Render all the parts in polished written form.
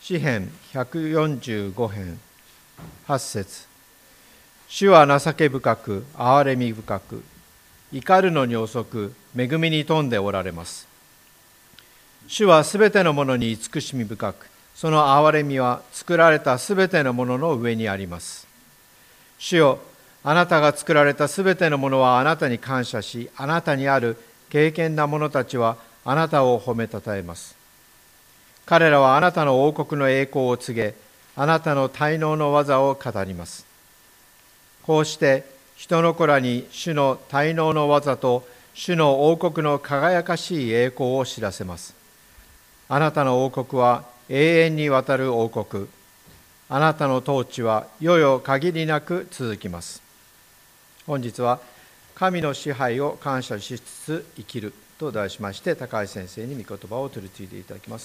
詩編145編8節。主は情け深く、憐れみ深く、怒るのに遅く、恵みに富んでおられます。主はすべてのものに慈しみ深く、その憐れみは作られたすべてのものの上にあります。主よ、あなたが作られたすべてのものはあなたに感謝し、あなたにある敬虔な者たちはあなたを褒めたたえます。彼らはあなたの王国の栄光を告げ、あなたの大能の技を語ります。こうして人の子らに主の大能の技と主の王国の輝かしい栄光を知らせます。あなたの王国は永遠にわたる王国。あなたの統治は世々限りなく続きます。本日は神の支配を感謝しつつ生きると題しまして、高橋先生に御言葉を取り次いでいただきます。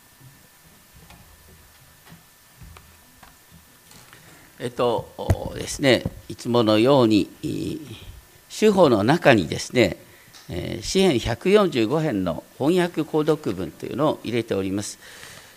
ですね、いつものように主法の中にですね、詩編145編の翻訳購読文というのを入れております。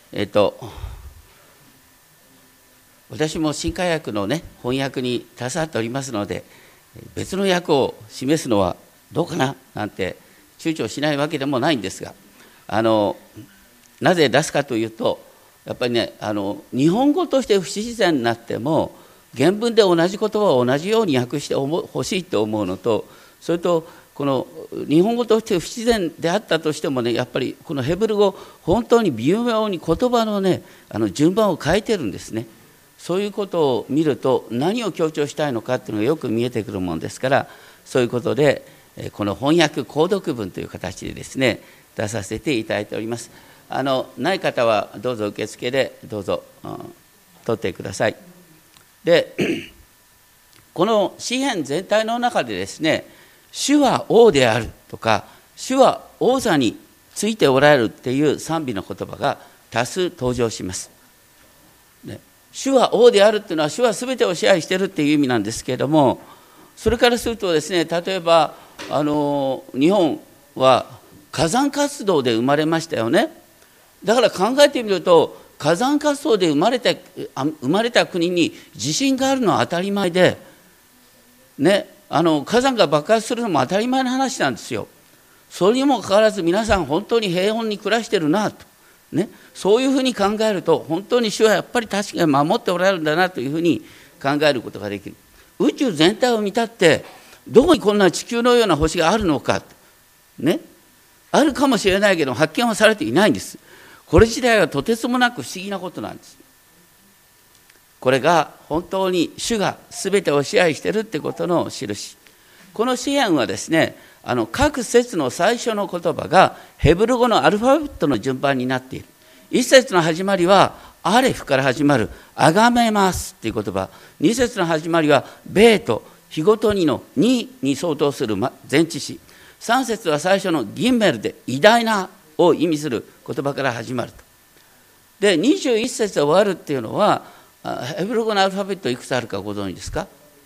私も新海訳のね翻訳に携わっておりますので、別の訳を示すのはどうかななんて躊躇しないわけでもないんですが、なぜ出すかというと、やっぱりね、日本語として不自然になっても原文で同じ言葉を同じように訳してほしいと思うのと、それとこの日本語として不自然であったとしてもね、やっぱりこのヘブル語本当に微妙に言葉のね順番を変えてるんですね。そういうことを見ると何を強調したいのかっていうのがよく見えてくるものですから、そういうことでこの翻訳購読文という形でですね出させていただいております。ない方はどうぞ受付でどうぞ取ってください。で、この詩編全体の中でですね、主は王であるとか、主は王座についておられるっていう賛美の言葉が多数登場します。ね、主は王であるっていうのは、主は全てを支配しているっていう意味なんですけれども、それからするとですね、例えば日本は火山活動で生まれましたよね。だから考えてみると、火山活動で生まれた国に地震があるのは当たり前で、ね、火山が爆発するのも当たり前の話なんですよ。それにもかかわらず皆さん本当に平穏に暮らしてるなと、ね、そういうふうに考えると、本当に主はやっぱり確かに守っておられるんだなというふうに考えることができる。宇宙全体を見たって、どこにこんな地球のような星があるのか、ね、あるかもしれないけど発見はされていないんです。これ自体はとてつもなく不思議なことなんです。これが本当に主が全てを支配しているってことの印。この詩編はですね、各節の最初の言葉がヘブル語のアルファベットの順番になっている。一節の始まりはアレフから始まるあがめますっていう言葉、二節の始まりはベート、日ごとにの2に相当する前置詞、三節は最初のギンメルで偉大なを意味する言葉から始まると。で、21節で終わるっていうのは、ヘブル語のアルファベットいくつあるかご存知ですか？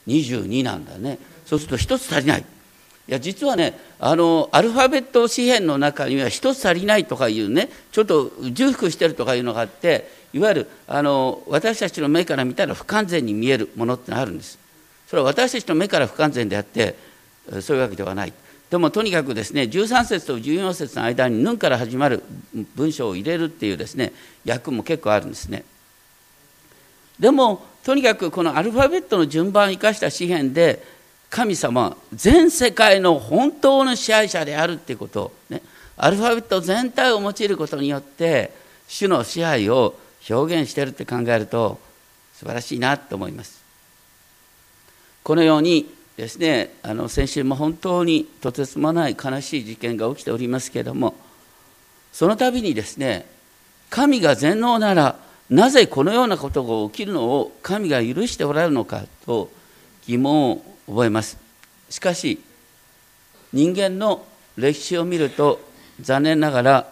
22 なんだね。そうすると1つ足りない。いや、実はね、アルファベット詩編の中には1つ足りないとかいうね、ちょっと重複してるとかいうのがあって、いわゆる私たちの目から見たら不完全に見えるものってのがあるんです。それは私たちの目から不完全であって、そういうわけではない。でもとにかくですね、13節と14節の間にヌンから始まる文章を入れるっていうですね、訳も結構あるんですね。でもとにかくこのアルファベットの順番を生かした詩編で、神様は全世界の本当の支配者であるっていうことをね、アルファベット全体を用いることによって主の支配を表現しているって考えると素晴らしいなと思います。このようにですね、先週も本当にとてつもない悲しい事件が起きておりますけれども、その度にですね、神が全能ならなぜこのようなことが起きるのを神が許しておられるのかと疑問を覚えます。しかし人間の歴史を見ると、残念ながら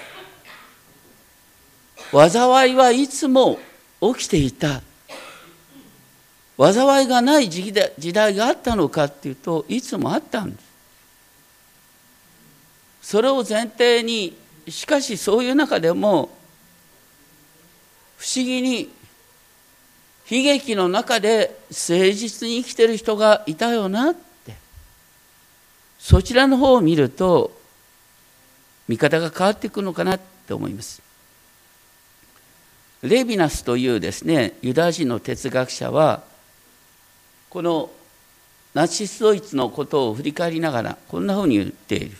災いはいつも起きていた。災いがない時代があったのかっていうと、いつもあったんです。それを前提に、しかしそういう中でも不思議に悲劇の中で誠実に生きている人がいたよなって、そちらの方を見ると見方が変わっていくのかなって思います。レヴィナスというですね、ユダヤ人の哲学者はこのナチスドイツのことを振り返りながらこんなふうに言っている。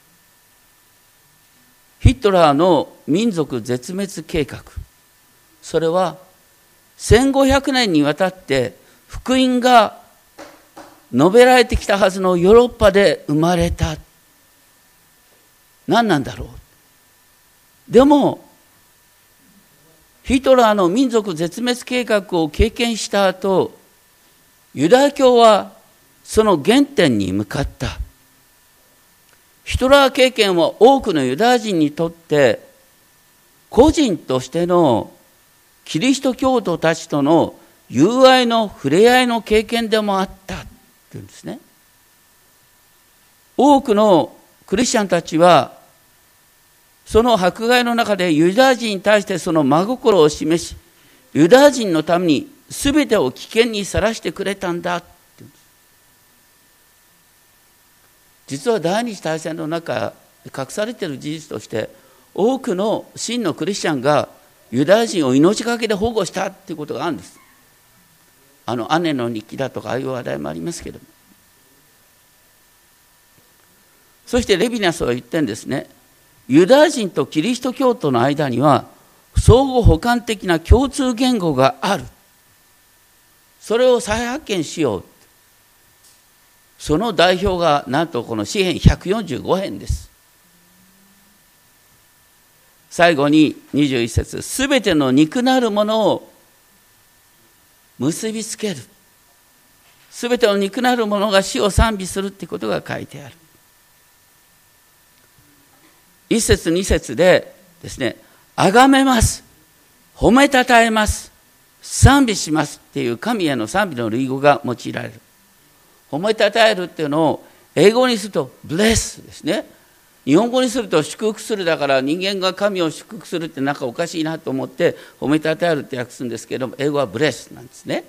ヒトラーの民族絶滅計画、それは1500年にわたって福音が述べられてきたはずのヨーロッパで生まれた。何なんだろう。でもヒトラーの民族絶滅計画を経験した後、ユダヤ教はその原点に向かった。ヒトラー経験は多くのユダヤ人にとって個人としてのキリスト教徒たちとの友愛の触れ合いの経験でもあったっていうんですね。多くのクリスチャンたちはその迫害の中でユダヤ人に対してその真心を示し、ユダヤ人のために全てを危険にさらしてくれたんだって言うんです。実は第二次大戦の中隠されている事実として、多くの真のクリスチャンがユダヤ人を命がけで保護したっていうことがあるんです。姉の日記だとかああいう話題もありますけども、そしてレヴィナスは言ってるんですね。ユダヤ人とキリスト教徒の間には相互補完的な共通言語がある。それを再発見しよう。その代表がなんとこの詩編145編です。最後に21節、すべての肉なるものを結びつける。すべての肉なるものが死を賛美するってことが書いてある。1節2節でですね、崇めます、褒めたたえます、賛美しますっていう神への賛美の類語が用いられる。褒めたたえるっていうのを英語にするとブレスですね。日本語にすると祝福するだから、人間が神を祝福するってなんかおかしいなと思って褒めたたえるって訳すんですけども、英語はブレスなんですね。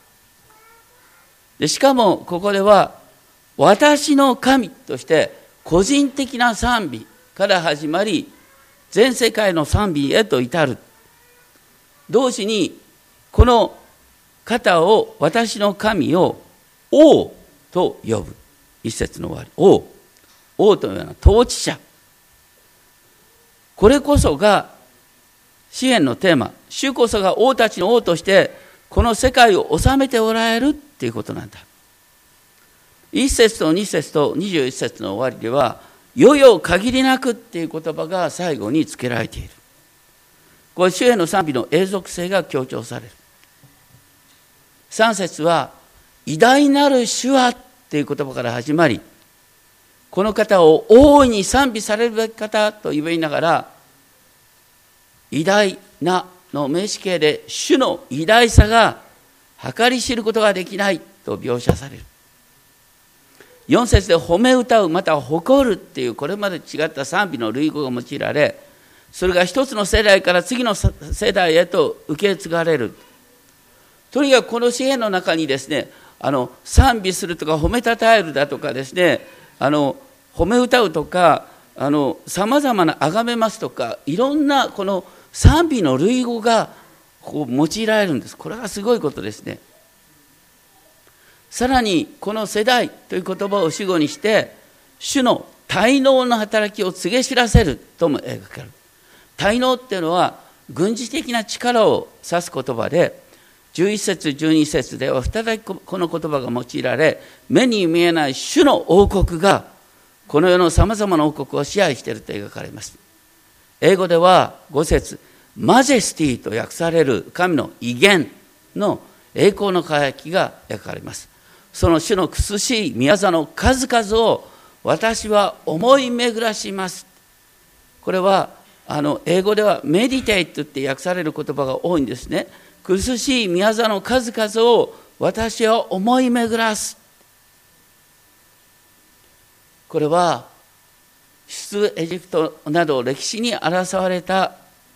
でしかもここでは私の神として個人的な賛美から始まり、全世界の賛美へと至る。同時にこの方を、私の神を王と呼ぶ。一節の終わり、王というような統治者。これこそが詩篇のテーマ。主こそが王たちの王としてこの世界を治めておられるっていうことなんだ。一節と二節と21節の終わりでは、よよ限りなくっていう言葉が最後に付けられている。これ主への賛美の永続性が強調される。3節は偉大なる主はっていう言葉から始まり、この方を大いに賛美されるべき方と言いながら、偉大なの名詞形で主の偉大さが計り知ることができないと描写される。4節で褒め歌う、または誇るっていうこれまで違った賛美の類語が用いられ、それが一つの世代から次の世代へと受け継がれる。とにかくこの詩篇の中にですね、賛美するとか褒めたたえるだとかですね、褒め歌うとか、さまざまな崇めますとか、いろんなこの賛美の類語がこう用いられるんです。これはすごいことですね。さらにこの世代という言葉を主語にして主の大能の働きを告げ知らせるとも描かれる。大能っていうのは軍事的な力を指す言葉で、11節12節では再びこの言葉が用いられ、目に見えない主の王国がこの世のさまざまな王国を支配していると描かれます。英語では5節マジェスティと訳される神の威厳の栄光の輝きが描かれます。その主の苦しい宮座の数々を私は思い巡らします。これは英語ではメディテイトって訳される言葉が多いんですね。苦しい宮座の数々を私は思い巡らす。これは出エジプトなど歴史に争われた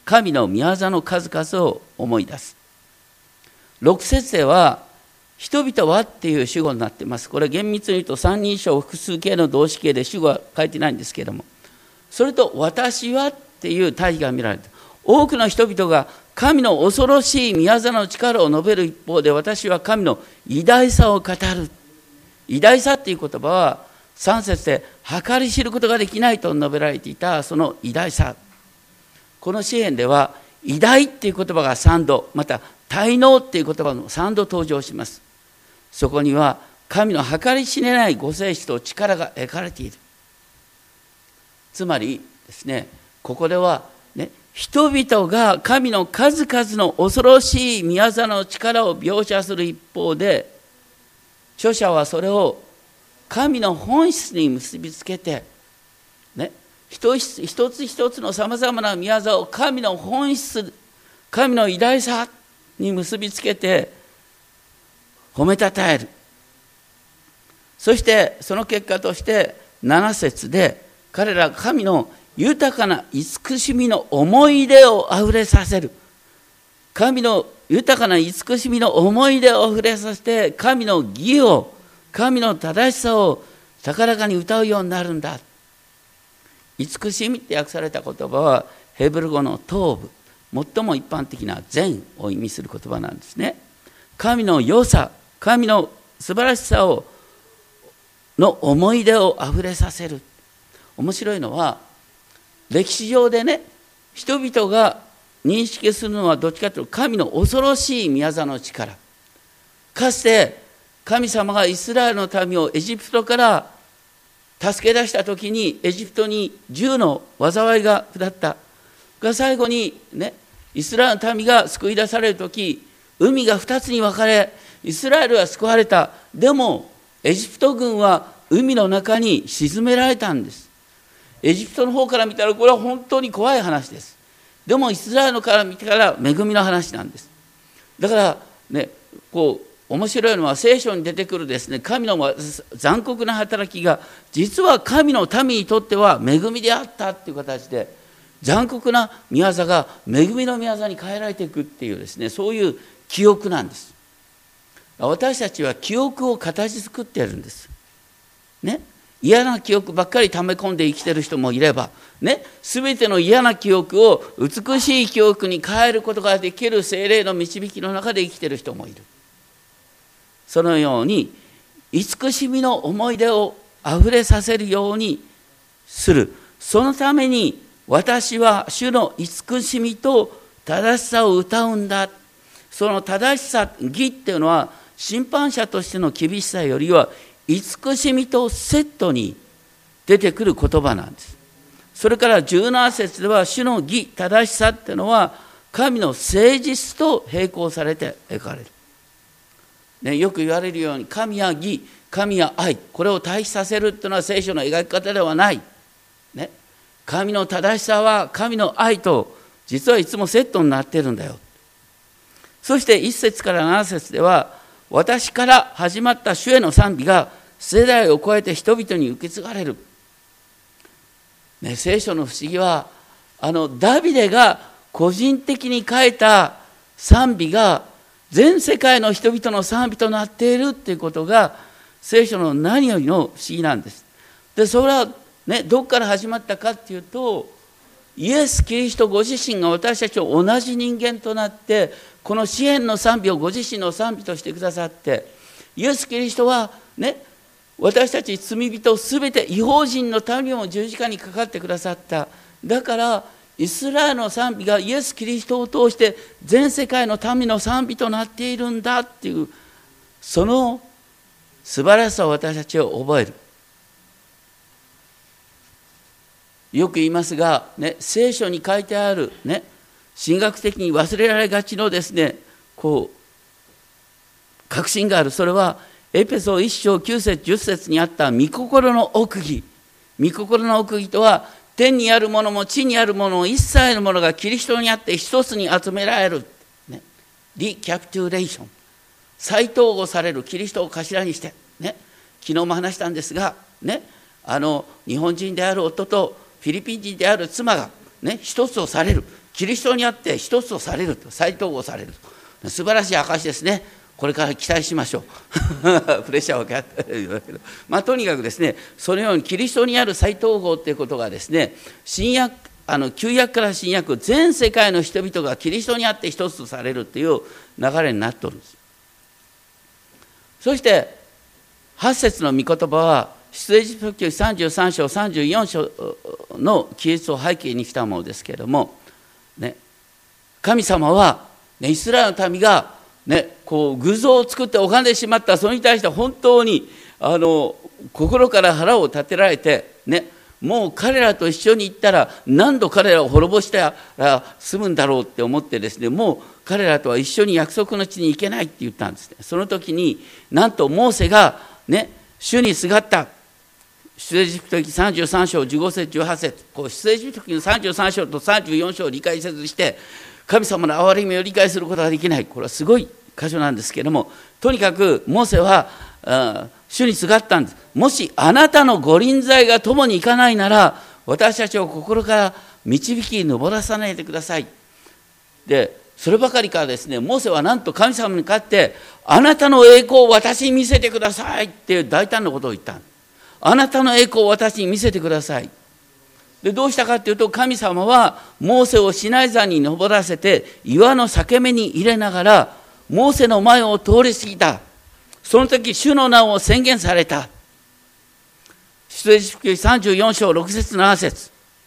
神の御業の数々を思い出す。6節では人々はっていう主語になっています。これ厳密に言うと三人称複数形の動詞形で主語は書いてないんですけれども、それと私はっていう対比が見られた。多くの人々が神の恐ろしい御業の力を述べる一方で、私は神の偉大さを語る。偉大さっていう言葉は3節で計り知ることができないと述べられていたその偉大さ。この詩篇では偉大っていう言葉が3度、また大能っていう言葉も3度登場します。そこには神の計り知れないご性質と力が描かれている。つまりですね、ここではね、人々が神の数々の恐ろしい御業の力を描写する一方で、著者はそれを神の本質に結びつけて、ね、一つ一つのさまざまな御業を神の本質、神の偉大さに結びつけて褒めたたえる。そしてその結果として7節で彼らが神の豊かな慈しみの思い出をあふれさせる。神の豊かな慈しみの思い出をあふれさせて、神の義を、神の正しさを高らかに歌うようになるんだ。慈しみって訳された言葉はヘブル語のトーブ、最も一般的な善を意味する言葉なんですね。神の良さ、神の素晴らしさをの思い出をあふれさせる。面白いのは、歴史上でね、人々が認識するのはどっちかというと神の恐ろしい御業の力。かつて神様がイスラエルの民をエジプトから助け出したときに、エジプトに10の災いが下ったが、最後にね、イスラエルの民が救い出されるとき、海が2つに分かれ、イスラエルは救われた。でもエジプト軍は海の中に沈められたんです。エジプトの方から見たらこれは本当に怖い話です。でもイスラエルから見てから恵みの話なんです。だからね、こう面白いのは聖書に出てくるですね、神の残酷な働きが実は神の民にとっては恵みであったっていう形で、残酷な御業が恵みの御業に変えられていくっていうですね、そういう記憶なんです。私たちは記憶を形作ってやるんですね。嫌な記憶ばっかり溜め込んで生きてる人もいればね、全ての嫌な記憶を美しい記憶に変えることができる聖霊の導きの中で生きてる人もいる。そのように慈しみの思い出をあふれさせるようにする。そのために私は主の慈しみと正しさを歌うんだ。その正しさ、義っていうのは審判者としての厳しさよりは慈しみとセットに出てくる言葉なんです。それから17節では主の義、正しさっていうのは神の誠実と並行されて描かれる、ね、よく言われるように神や義、神や愛、これを対比させるっていうのは聖書の描き方ではない、ね、神の正しさは神の愛と実はいつもセットになっているんだよ。そして1節から7節では私から始まった主への賛美が世代を超えて人々に受け継がれる、ね、聖書の不思議はダビデが個人的に書いた賛美が全世界の人々の賛美となっているっていうことが聖書の何よりの不思議なんです。でそれは、ね、どこから始まったかっていうと、イエス・キリストご自身が私たちと同じ人間となってこの詩篇の賛美をご自身の賛美としてくださって、イエス・キリストはね、私たち罪人すべて異邦人の民も十字架にかかってくださった。だからイスラエルの賛美がイエス・キリストを通して全世界の民の賛美となっているんだっていう、その素晴らしさを私たちは覚える。よく言いますが、ね、聖書に書いてある、ね、神学的に忘れられがちのですね、こう確信がある。それはエペソ1章9節10節にあった御心の奥義。御心の奥義とは天にあるものも地にあるものも一切のものがキリストにあって一つに集められる、ね、リキャプチュレーション、再統合されるキリストを頭にして、ね、昨日も話したんですが、ね、日本人である夫とフィリピン人である妻が、ね、一つをされる。 キリストにあって一つとされると、再統合されると、素晴らしい証ですね。これから期待しましょうプレッシャーをかけているけど、とにかくですね、そのようにキリストにある再統合ということがですね、旧約から新約、全世界の人々がキリストにあって一つとされるという流れになっておるんです。そして8節の御言葉は出エジプト記33章34章の記述を背景にしたものですけれども、ね、神様は、ね、イスラエルの民がね、偶像を作って拝んでしまった。それに対して本当に心から腹を立てられて、ね、もう彼らと一緒に行ったら何度彼らを滅ぼしたら済むんだろうって思ってですね、もう彼らとは一緒に約束の地に行けないって言ったんですね。その時になんとモーセが、ね、主にすがった。出エジプト記33章15節18節、出エジプト記の33章と34章を理解せずして神様の憐れみを理解することができない。これはすごい箇所なんですけれども、とにかくモーセは主にすがったんです。もしあなたの御臨在が共に行かないなら、私たちを心から導き上らさないでください。で、そればかりかですね、モーセはなんと神様に向かって、あなたの栄光を私に見せてくださいっていう大胆なことを言った。あなたの栄光を私に見せてください。で、どうしたかというと、神様はモーセをシナイ山に登らせて岩の裂け目に入れながらモーセの前を通り過ぎた。その時主の名を宣言された。出エジプト記34章6節7節、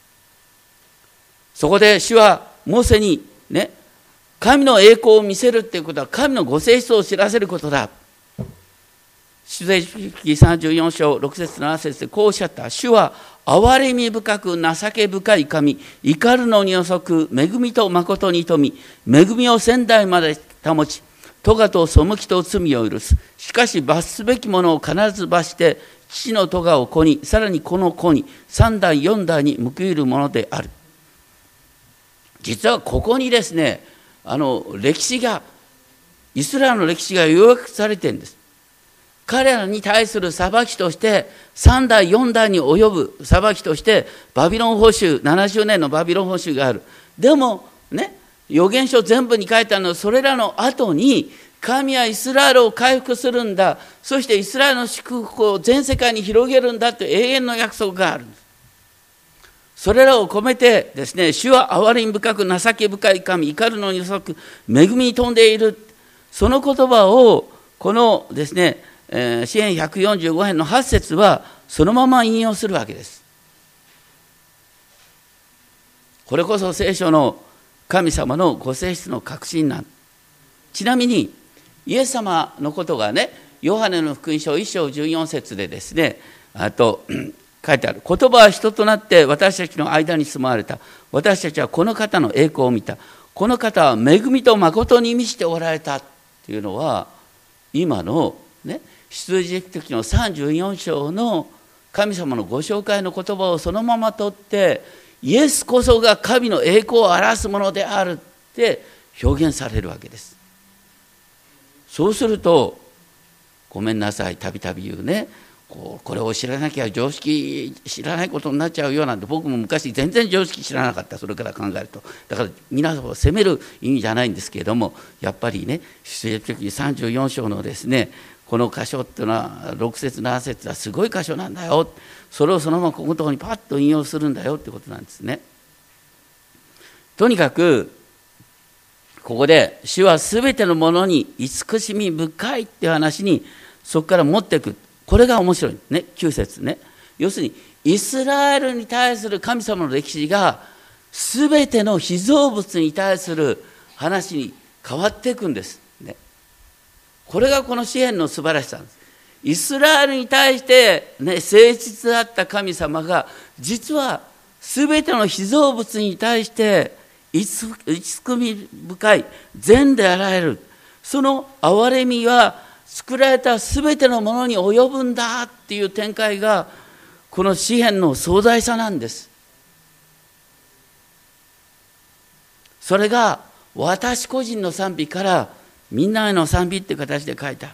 そこで主はモーセにね、神の栄光を見せるっていうことは神のご性質を知らせることだ。出エジプト記34章6節7節でこうおっしゃった。主は憐れみ深く情け深い神、怒るのに遅く、恵みと誠に富み、恵みを千代まで保ち、咎と背きと罪を許す。しかし罰すべきものを必ず罰して、父の咎を子に、さらにこの子に、3代4代に報いるものである。実はここにですね、歴史が、イスラエルの歴史が要約されているんです。彼らに対する裁きとして、3代4代に及ぶ裁きとして、バビロン捕囚、70年のバビロン捕囚がある。でもね、預言書全部に書いてあるのは、それらの後に神はイスラエルを回復するんだ、そしてイスラエルの祝福を全世界に広げるんだという永遠の約束があるんです。それらを込めてですね、主は憐れみ深く情け深い神、怒るのに遅く恵みに富んでいる、その言葉をこのですね、詩編145編の8節はそのまま引用するわけです。これこそ聖書の神様のご性質の確信なん。ちなみにイエス様のことがね、ヨハネの福音書1章14節でですね、書いてある。言葉は人となって私たちの間に住まわれた。私たちはこの方の栄光を見た。この方は恵みと誠に満ちておられたっていうのは、今のね、出エジプト記の34章の神様のご紹介の言葉をそのまま取って、イエスこそが神の栄光を表すものであるって表現されるわけです。そうすると、ごめんなさい、たびたび言うね、これを知らなきゃ常識知らないことになっちゃうよなんて、僕も昔全然常識知らなかった。それから考えると、だから皆さんを責める意味じゃないんですけれども、やっぱりね、出エジプト記34章のですね、この箇所っていうのは6節7節はすごい箇所なんだよ。それをそのままここのところにパッと引用するんだよってことなんですね。とにかくここで主はすべてのものに慈しみ深いっていう話にそこから持っていく。これが面白いね。9節ね。要するにイスラエルに対する神様の歴史がすべての被造物に対する話に変わっていくんです。これがこの詩篇の素晴らしさなんです。イスラエルに対して、ね、誠実だった神様が、実はすべての被造物に対して慈み深い、善であられる。その憐れみは作られたすべてのものに及ぶんだっていう展開が、この詩篇の壮大さなんです。それが私個人の賛美からみんなへの賛美っていう形で書いてある。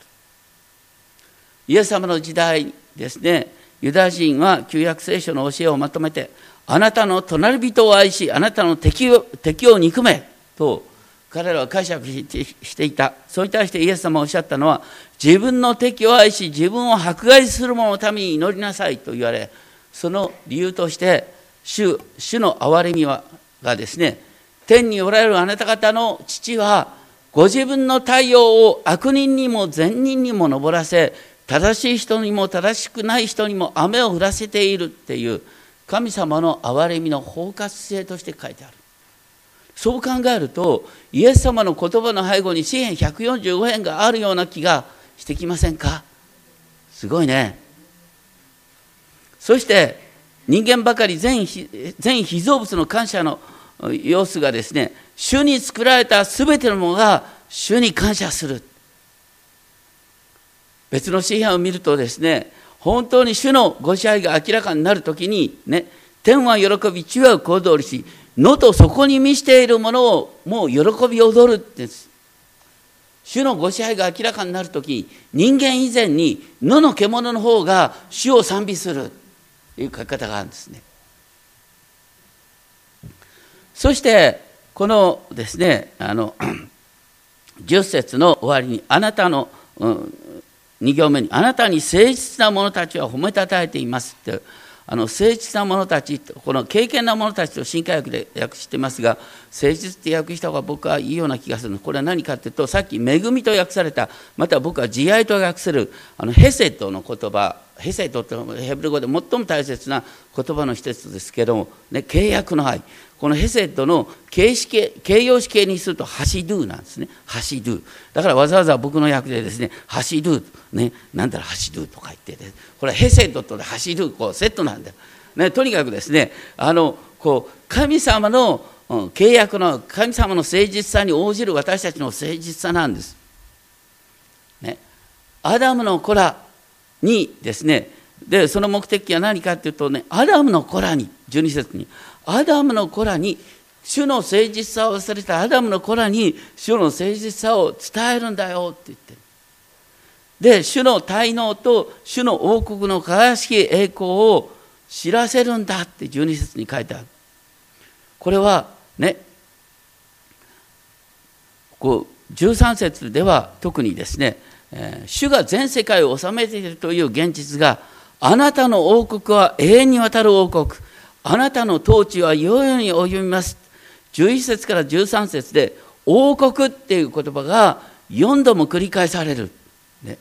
イエス様の時代ですね、ユダヤ人は旧約聖書の教えをまとめて、 あなたの隣人を愛し、あなたの敵を憎めと彼らは解釈していた。それに対してイエス様がおっしゃったのは、自分の敵を愛し、自分を迫害する者のために祈りなさいと言われ、その理由として主の憐れみがですね、天におられるあなた方の父はご自分の太陽を悪人にも善人にも昇らせ、正しい人にも正しくない人にも雨を降らせているっていう神様の憐れみの包括性として書いてある。そう考えるとイエス様の言葉の背後に詩編145編があるような気がしてきませんか？すごいね。そして人間ばかり全被造物の感謝の様子がですね、主に作られたすべてのものが主に感謝する。別の詩篇を見るとですね、本当に主のご支配が明らかになるときにね、天は喜び地は小躍りし、野とそこに満ちているものをもう喜び踊るんです。主のご支配が明らかになるとき、人間以前に野の獣の方が主を賛美するという書き方があるんですね。そしてこのですね、10節の終わりに、あなたの、2行目に、あなたに誠実な者たちは褒めたたえていますって、誠実な者たち、この敬虔な者たちと新海訳で訳してますが、誠実って訳した方が僕はいいような気がする。これは何かというと、さっき恵みと訳された、また僕は慈愛と訳せるヘセットの言葉、ヘセットってヘブル語で最も大切な言葉の一つですけども、ね、契約の愛。このヘセットの形容詞形にするとハシドゥなんですね。ハシドゥ。だからわざわざ僕の訳でですね、ハシドゥ、ね、なんだろハシドゥとか言ってね、これはヘセットとハシドゥ、こうセットなんだよ。ね、とにかくですね、神様の契約の神様の誠実さに応じる私たちの誠実さなんです。ね、アダムの子らにですね、でその目的は何かというとね、アダムの子らに、12節に、アダムの子らに、主の誠実さを忘れたアダムの子らに主の誠実さを伝えるんだよって言ってる。で、主の大能と主の王国の輝かしき栄光を知らせるんだって12節に書いてある。これはね、13節では特にですね、主が全世界を治めているという現実が、あなたの王国は永遠にわたる王国、あなたの統治は世々に及びます。11節から13節で王国っていう言葉が4度も繰り返される、ね、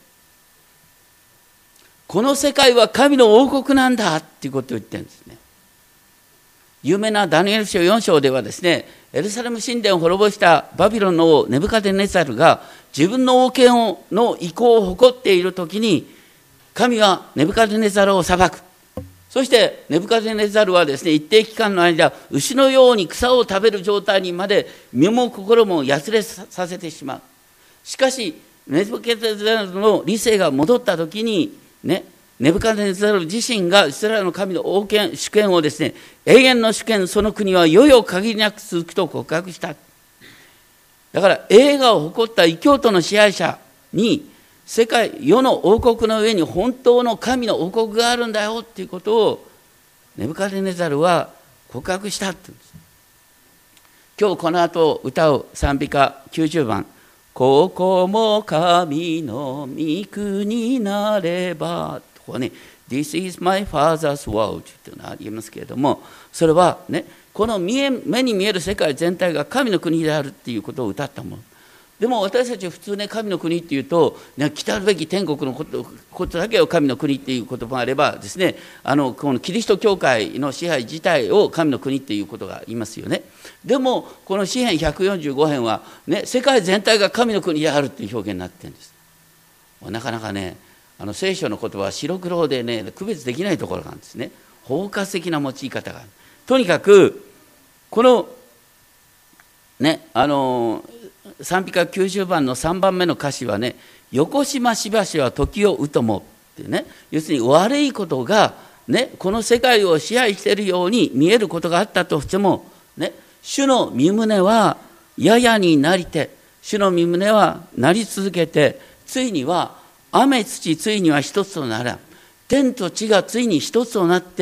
この世界は神の王国なんだっていうことを言ってるんですね。有名なダニエル書4章ではですね、エルサレム神殿を滅ぼしたバビロンの王ネブカデネザルが自分の王権の意向を誇っているときに、神はネブカデネザルを裁く。そしてネブカデネザルはですね、一定期間の間、牛のように草を食べる状態にまで身も心もやつれさせてしまう。しかしネブカデネザルの理性が戻ったときにね、ネブカデネザル自身がイスラエルの神の王権主権をですね、永遠の主権、その国は世々限りなく続くと告白した。だから栄華を誇った異教徒の支配者に、世の王国の上に本当の神の王国があるんだよっていうことをネブカデネザルは告白したって言うんです。今日この後歌う賛美歌90番、ここも神の御国なれば、ここね、This is my father's world というのがありますけれども、それはね、この目に見える世界全体が神の国であるっていうことを歌ったもの。でも私たちは普通ね、神の国っていうと、来たるべき天国のことだけを神の国っていう言葉があればですね、このキリスト教会の支配自体を神の国っていうことが言いますよね。でもこの詩編145編はね、世界全体が神の国であるっていう表現になってるんです。なかなかね、聖書の言葉は白黒でね、区別できないところがあるんですね。包括的な用い方がある。とにかくこのね、賛美歌90番の3番目の歌詞はね、横島しばしは時をうともってね、要するに悪いことがね、この世界を支配しているように見えることがあったとしてもね、主の御胸はややになりて、主の御胸はなり続けて、ついには雨土ついには一つとならん、天と地がついに一つとなって、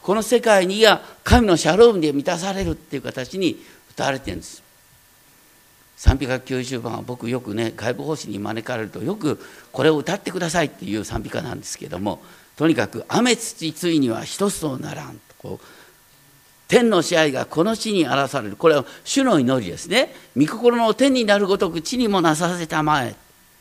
この世界にが神のシャロームで満たされるっていう形に歌われてるんです。賛美歌90番は僕よくね、外部奉仕に招かれるとよくこれを歌ってくださいっていう賛美歌なんですけども、とにかく雨土ついには一つとならんと、こう天の支配がこの地に荒らされる。これは主の祈りですね。御心の天になるごとく地にもなさせたまえ。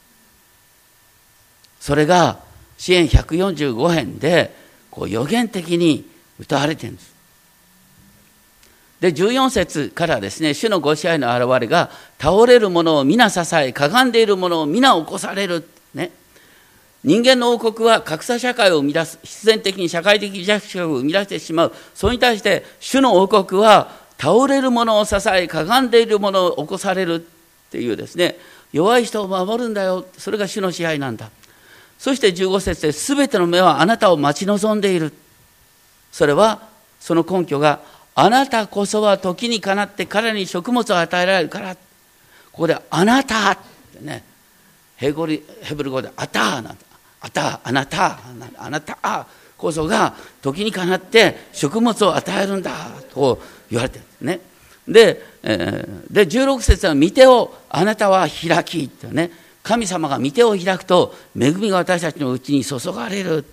それが詩編145編でこう予言的に歌われているんです。で14節からですね、主のご支配の現れが倒れる者を皆支え、かがんでいる者を皆起こされる、ね、人間の王国は格差社会を生み出す、必然的に社会的弱者を生み出してしまう。それに対して主の王国は倒れる者を支え、かがんでいる者を起こされるっていうですね、弱い人を守るんだよ、それが主の支配なんだ。そして15節で、すべての目はあなたを待ち望んでいる。それはその根拠が、あなたこそは時にかなって彼に食物を与えられるから。ここであなたってね、ヘブル語であたなんだ。あなたこそが時にかなって食物を与えるんだと言われてるんですね。で16節は、御手をあなたは開きってね、神様が御手を開くと恵みが私たちのうちに注がれるって。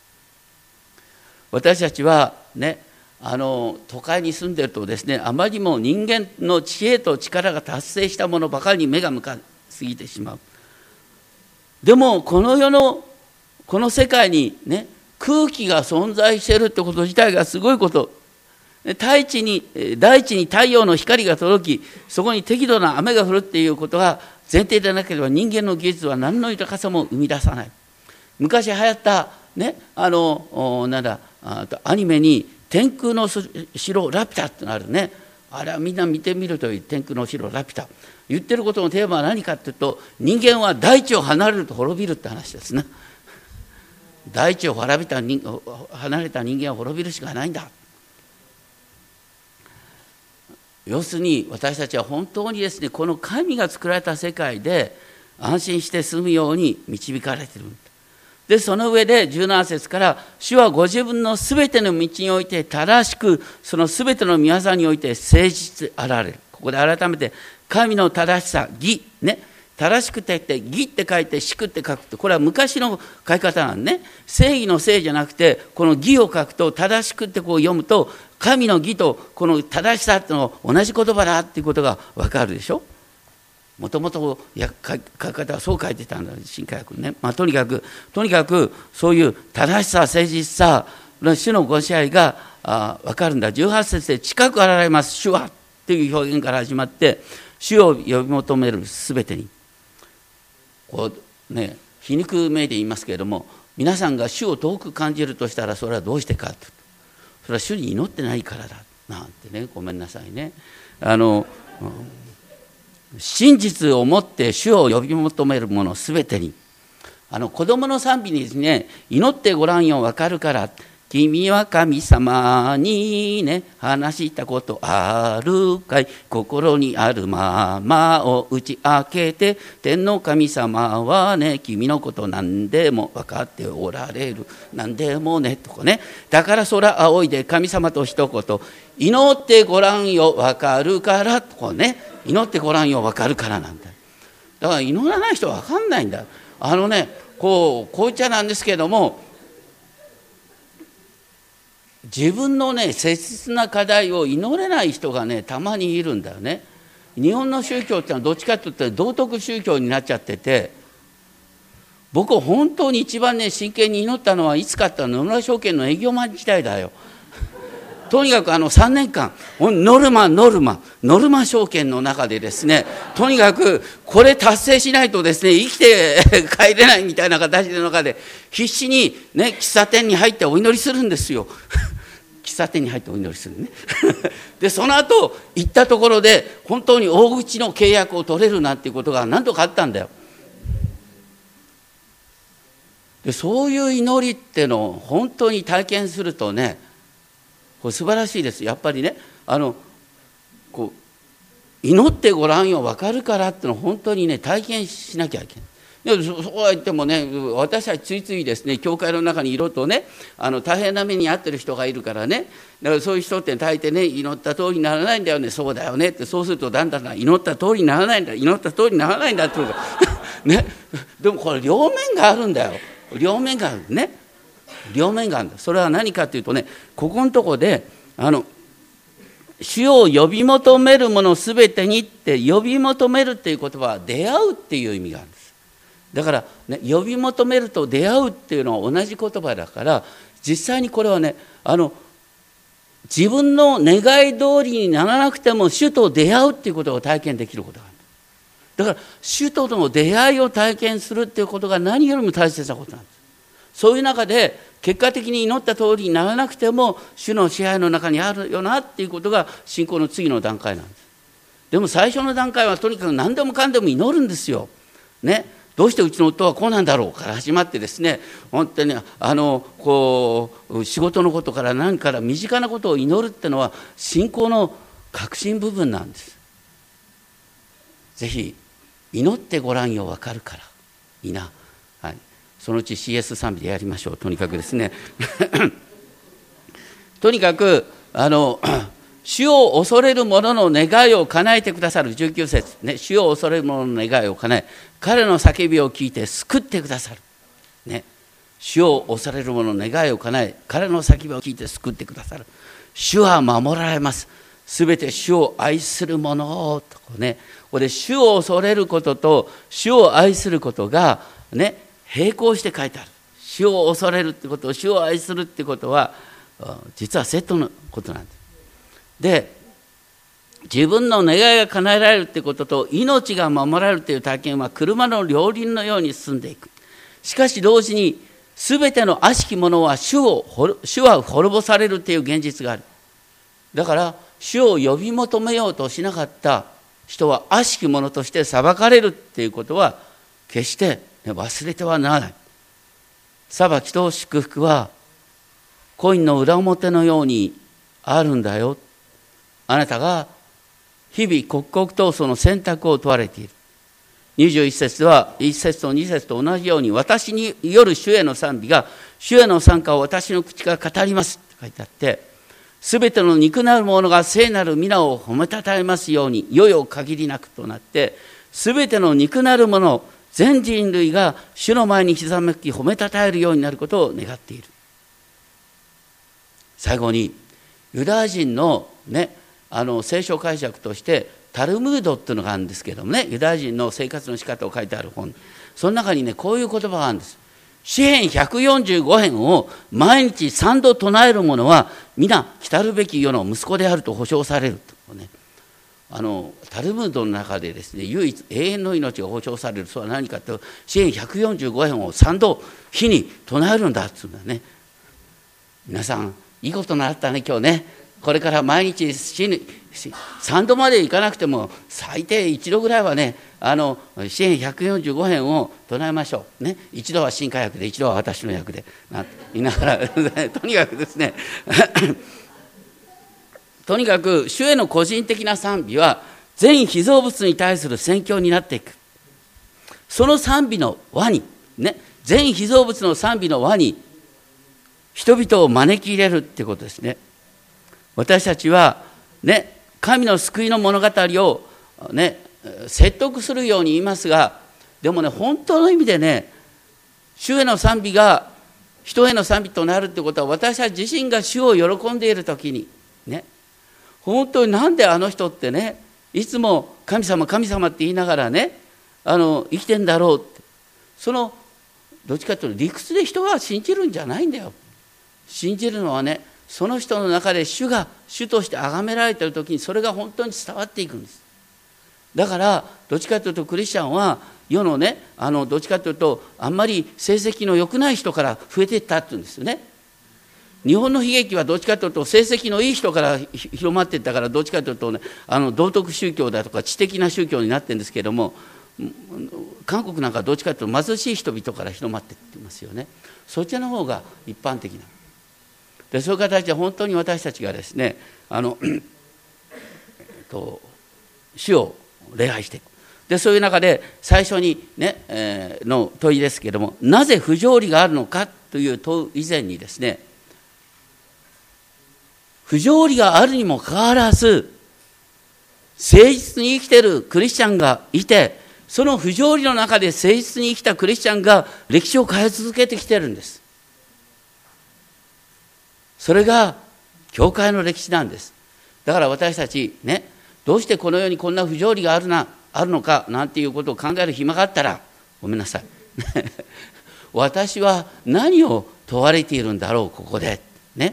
私たちはね、都会に住んでいるとですね、あまりにも人間の知恵と力が達成したものばかりに目が向かいすぎてしまう。でもこの世のこの世界にね、空気が存在しているってこと自体がすごいこと。大地に太陽の光が届き、そこに適度な雨が降るっていうことが前提でなければ、人間の技術は何の豊かさも生み出さない。昔流行ったね、アニメに天空の城ラピュタってのあるね。あれはみんな見てみるといい。天空の城ラピュタ。言ってることのテーマは何かっていうと、人間は大地を離れると滅びるって話ですね。大地を離れた人間は滅びるしかないんだ。要するに私たちは本当にですね、この神が作られた世界で安心して住むように導かれている。でその上で17節から、主はご自分のすべての道において正しく、そのすべての御業において誠実あられる。ここで改めて神の正しさ、義ね、正しくてって義って書いて祝って書くと、これは昔の書き方なんね。正義の正じゃなくて、この義を書くと、正しくってこう読むと、神の義とこの正しさっての同じ言葉だっていうことが分かるでしょ。もともと書き方はそう書いてたんだ、新海訳ね。とにかくそういう正しさ、誠実さ、主のご支配が分かるんだ。18節で、近く現れます主はっていう表現から始まって、主を呼び求めるすべてに、こうね、皮肉めいで言いますけれども、皆さんが主を遠く感じるとしたら、それはどうしてかと。それは主に祈ってないからだなんてね、ごめんなさいね。真実をもって主を呼び求めるものすべてに、子供の賛美にですね、祈ってごらんよ、わかるから、君は神様にね、話したことあるかい、心にあるままを打ち明けて、天の神様はね、君のこと何でも分かっておられる、何でもねとかね。だから空仰いで神様と一言、祈ってごらんよ、分かるからとかね、祈ってごらんよ、分かるからなんだ。だから祈らない人は分かんないんだ。こう言っちゃなんですけども、自分のね、切実な課題を祈れない人がね、たまにいるんだよね。日本の宗教ってのはどっちかというと道徳宗教になっちゃってて、僕本当に一番ね、真剣に祈ったのはいつかって野村証券の営業マン時代だよ。とにかく3年間ノルマ証券の中でですね、とにかくこれ達成しないとですね、生きて帰れないみたいな形の中で必死にね、喫茶店に入ってお祈りするんですよ。喫茶店に入ってお祈りするね。でその後行ったところで本当に大口の契約を取れるなんていうことが何度かあったんだよ。でそういう祈りってのを本当に体験するとね、これ素晴らしいです。やっぱりね、こう祈ってごらんよ、分かるからってのを本当にね、体験しなきゃいけない。 そうは言ってもね、私たちついついですね、教会の中にいるとね、大変な目に遭ってる人がいるからね、だからそういう人って大抵ね、祈った通りにならないんだよね、そうだよねって、そうするとだんだん祈った通りにならないんだ、祈った通りにならないんだってね、でもこれ両面があるんだよ。両面があるね。両面があるんだ。それは何かというとね、ここのところで主を呼び求めるものすべてにって呼び求めるっていう言葉は出会うっていう意味があるんです。だから、ね、呼び求めると出会うっていうのは同じ言葉だから、実際にこれはね自分の願い通りにならなくても主と出会うっていうことを体験できることがある。だから主との出会いを体験するっていうことが何よりも大切なことなんです。そういう中で結果的に祈った通りにならなくても主の支配の中にあるよなっていうことが信仰の次の段階なんです。でも最初の段階はとにかく何でもかんでも祈るんですよ。ね、どうしてうちの夫はこうなんだろうから始まってですね、本当に仕事のことから何から身近なことを祈るっていうのは信仰の核心部分なんです。ぜひ祈ってごらんよ、分かるからいいな、はい、そのうち CS 賛美でやりましょう。とにかくですねとにかく主を恐れる者の願いを叶えてくださる19節、ね、主を恐れる者の願いを叶え、彼の叫びを聞いて救ってくださる、ね、主を恐れる者の願いを叶え、彼の叫びを聞いて救ってくださる。主は守られます。すべて主を愛する者をとね、これ主を恐れることと主を愛することがね、並行して書いてある。主を恐れるってこと、主を愛するってことは実はセットのことなんです。で、自分の願いが叶えられるってことと命が守られるという体験は車の両輪のように進んでいく。しかし同時に全ての悪しき者は主は滅ぼされるっていう現実がある。だから主を呼び求めようとしなかった人は悪しき者として裁かれるっていうことは決して忘れてはならない。裁きと祝福はコインの裏表のようにあるんだよ。あなたが日々刻々とその選択を問われている。21節では1節と2節と同じように、私による主への賛美が主への賛歌を私の口が語りますって書いてあって、すべての肉なるものが聖なる皆を褒めたたえますように、世々限りなくとなって、すべての肉なるもの、全人類が主の前にひざめき褒めたたえるようになることを願っている。最後にユダヤ人のね、聖書解釈としてタルムードっていうのがあるんですけどもね、ユダヤ人の生活の仕方を書いてある本、その中にね、こういう言葉があるんです。詩編145編を毎日3度唱える者は皆来るべき世の息子であると保証されるとね、タルムードの中でですね、唯一永遠の命が保証される、それは何かというと、詩編145編を3度日に唱えるんだっていうんだね。皆さんいいこと習ったね今日ね。これから毎日3度までいかなくても最低1度ぐらいはね、詩編145編を唱えましょうね。一度は新化訳で、一度は私の訳でなんて言いながらとにかくですねとにかく主への個人的な賛美は全被造物に対する宣教になっていく。その賛美の輪にね、全被造物の賛美の輪に人々を招き入れるっていうことですね。私たちはね、神の救いの物語をね、説得するように言いますが、でもね、本当の意味でね、主への賛美が人への賛美となるってことは、私たち自身が主を喜んでいるときにね、本当になんであの人ってね、いつも神様神様って言いながらね、生きてんだろうって、そのどっちかというと理屈で人は信じるんじゃないんだよ。信じるのはね、その人の中で主が主として崇められているときにそれが本当に伝わっていくんです。だからどっちかというとクリスチャンは世のね、どっちかというとあんまり成績の良くない人から増えていったっていうんですよね。日本の悲劇はどっちかというと成績のいい人から広まっていったから、どっちかというとね、道徳宗教だとか知的な宗教になってるんですけれども、韓国なんかどっちかというと貧しい人々から広まっていってますよね。そっちの方が一般的なで、そういう形で本当に私たちがですね、主を礼拝していく。 でそういう中で最初に、ねの問いですけれども、なぜ不条理があるのかという問う以前にですね、不条理があるにもかかわらず誠実に生きているクリスチャンがいて、その不条理の中で誠実に生きたクリスチャンが歴史を変え続けてきてるんです。それが教会の歴史なんです。だから私たちね、どうしてこの世にこんな不条理があるのかなんていうことを考える暇があったら、ごめんなさい私は何を問われているんだろうここでね。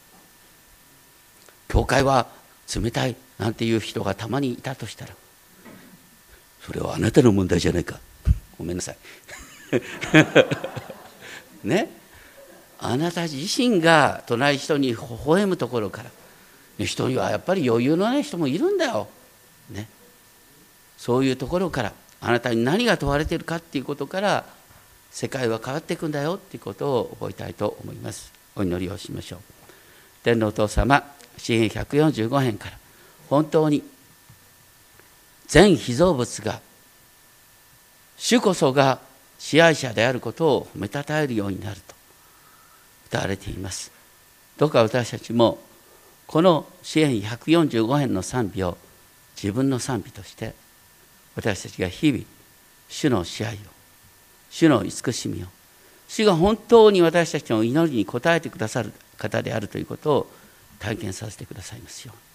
教会は冷たいなんていう人がたまにいたとしたら、それはあなたの問題じゃないか、ごめんなさいね、あなた自身が隣人に微笑むところから、人にはやっぱり余裕のない人もいるんだよ、ね、そういうところからあなたに何が問われているかっていうことから世界は変わっていくんだよっていうことを覚えたいと思います。お祈りをしましょう。天のお父様、詩編145編から本当に全被造物が主こそが支配者であることを褒めたたえるようになると歌われています。どうか私たちもこの詩編145編の賛美を自分の賛美として、私たちが日々主の支配を、主の慈しみを、主が本当に私たちの祈りに応えてくださる方であるということを体験させてくださいますように。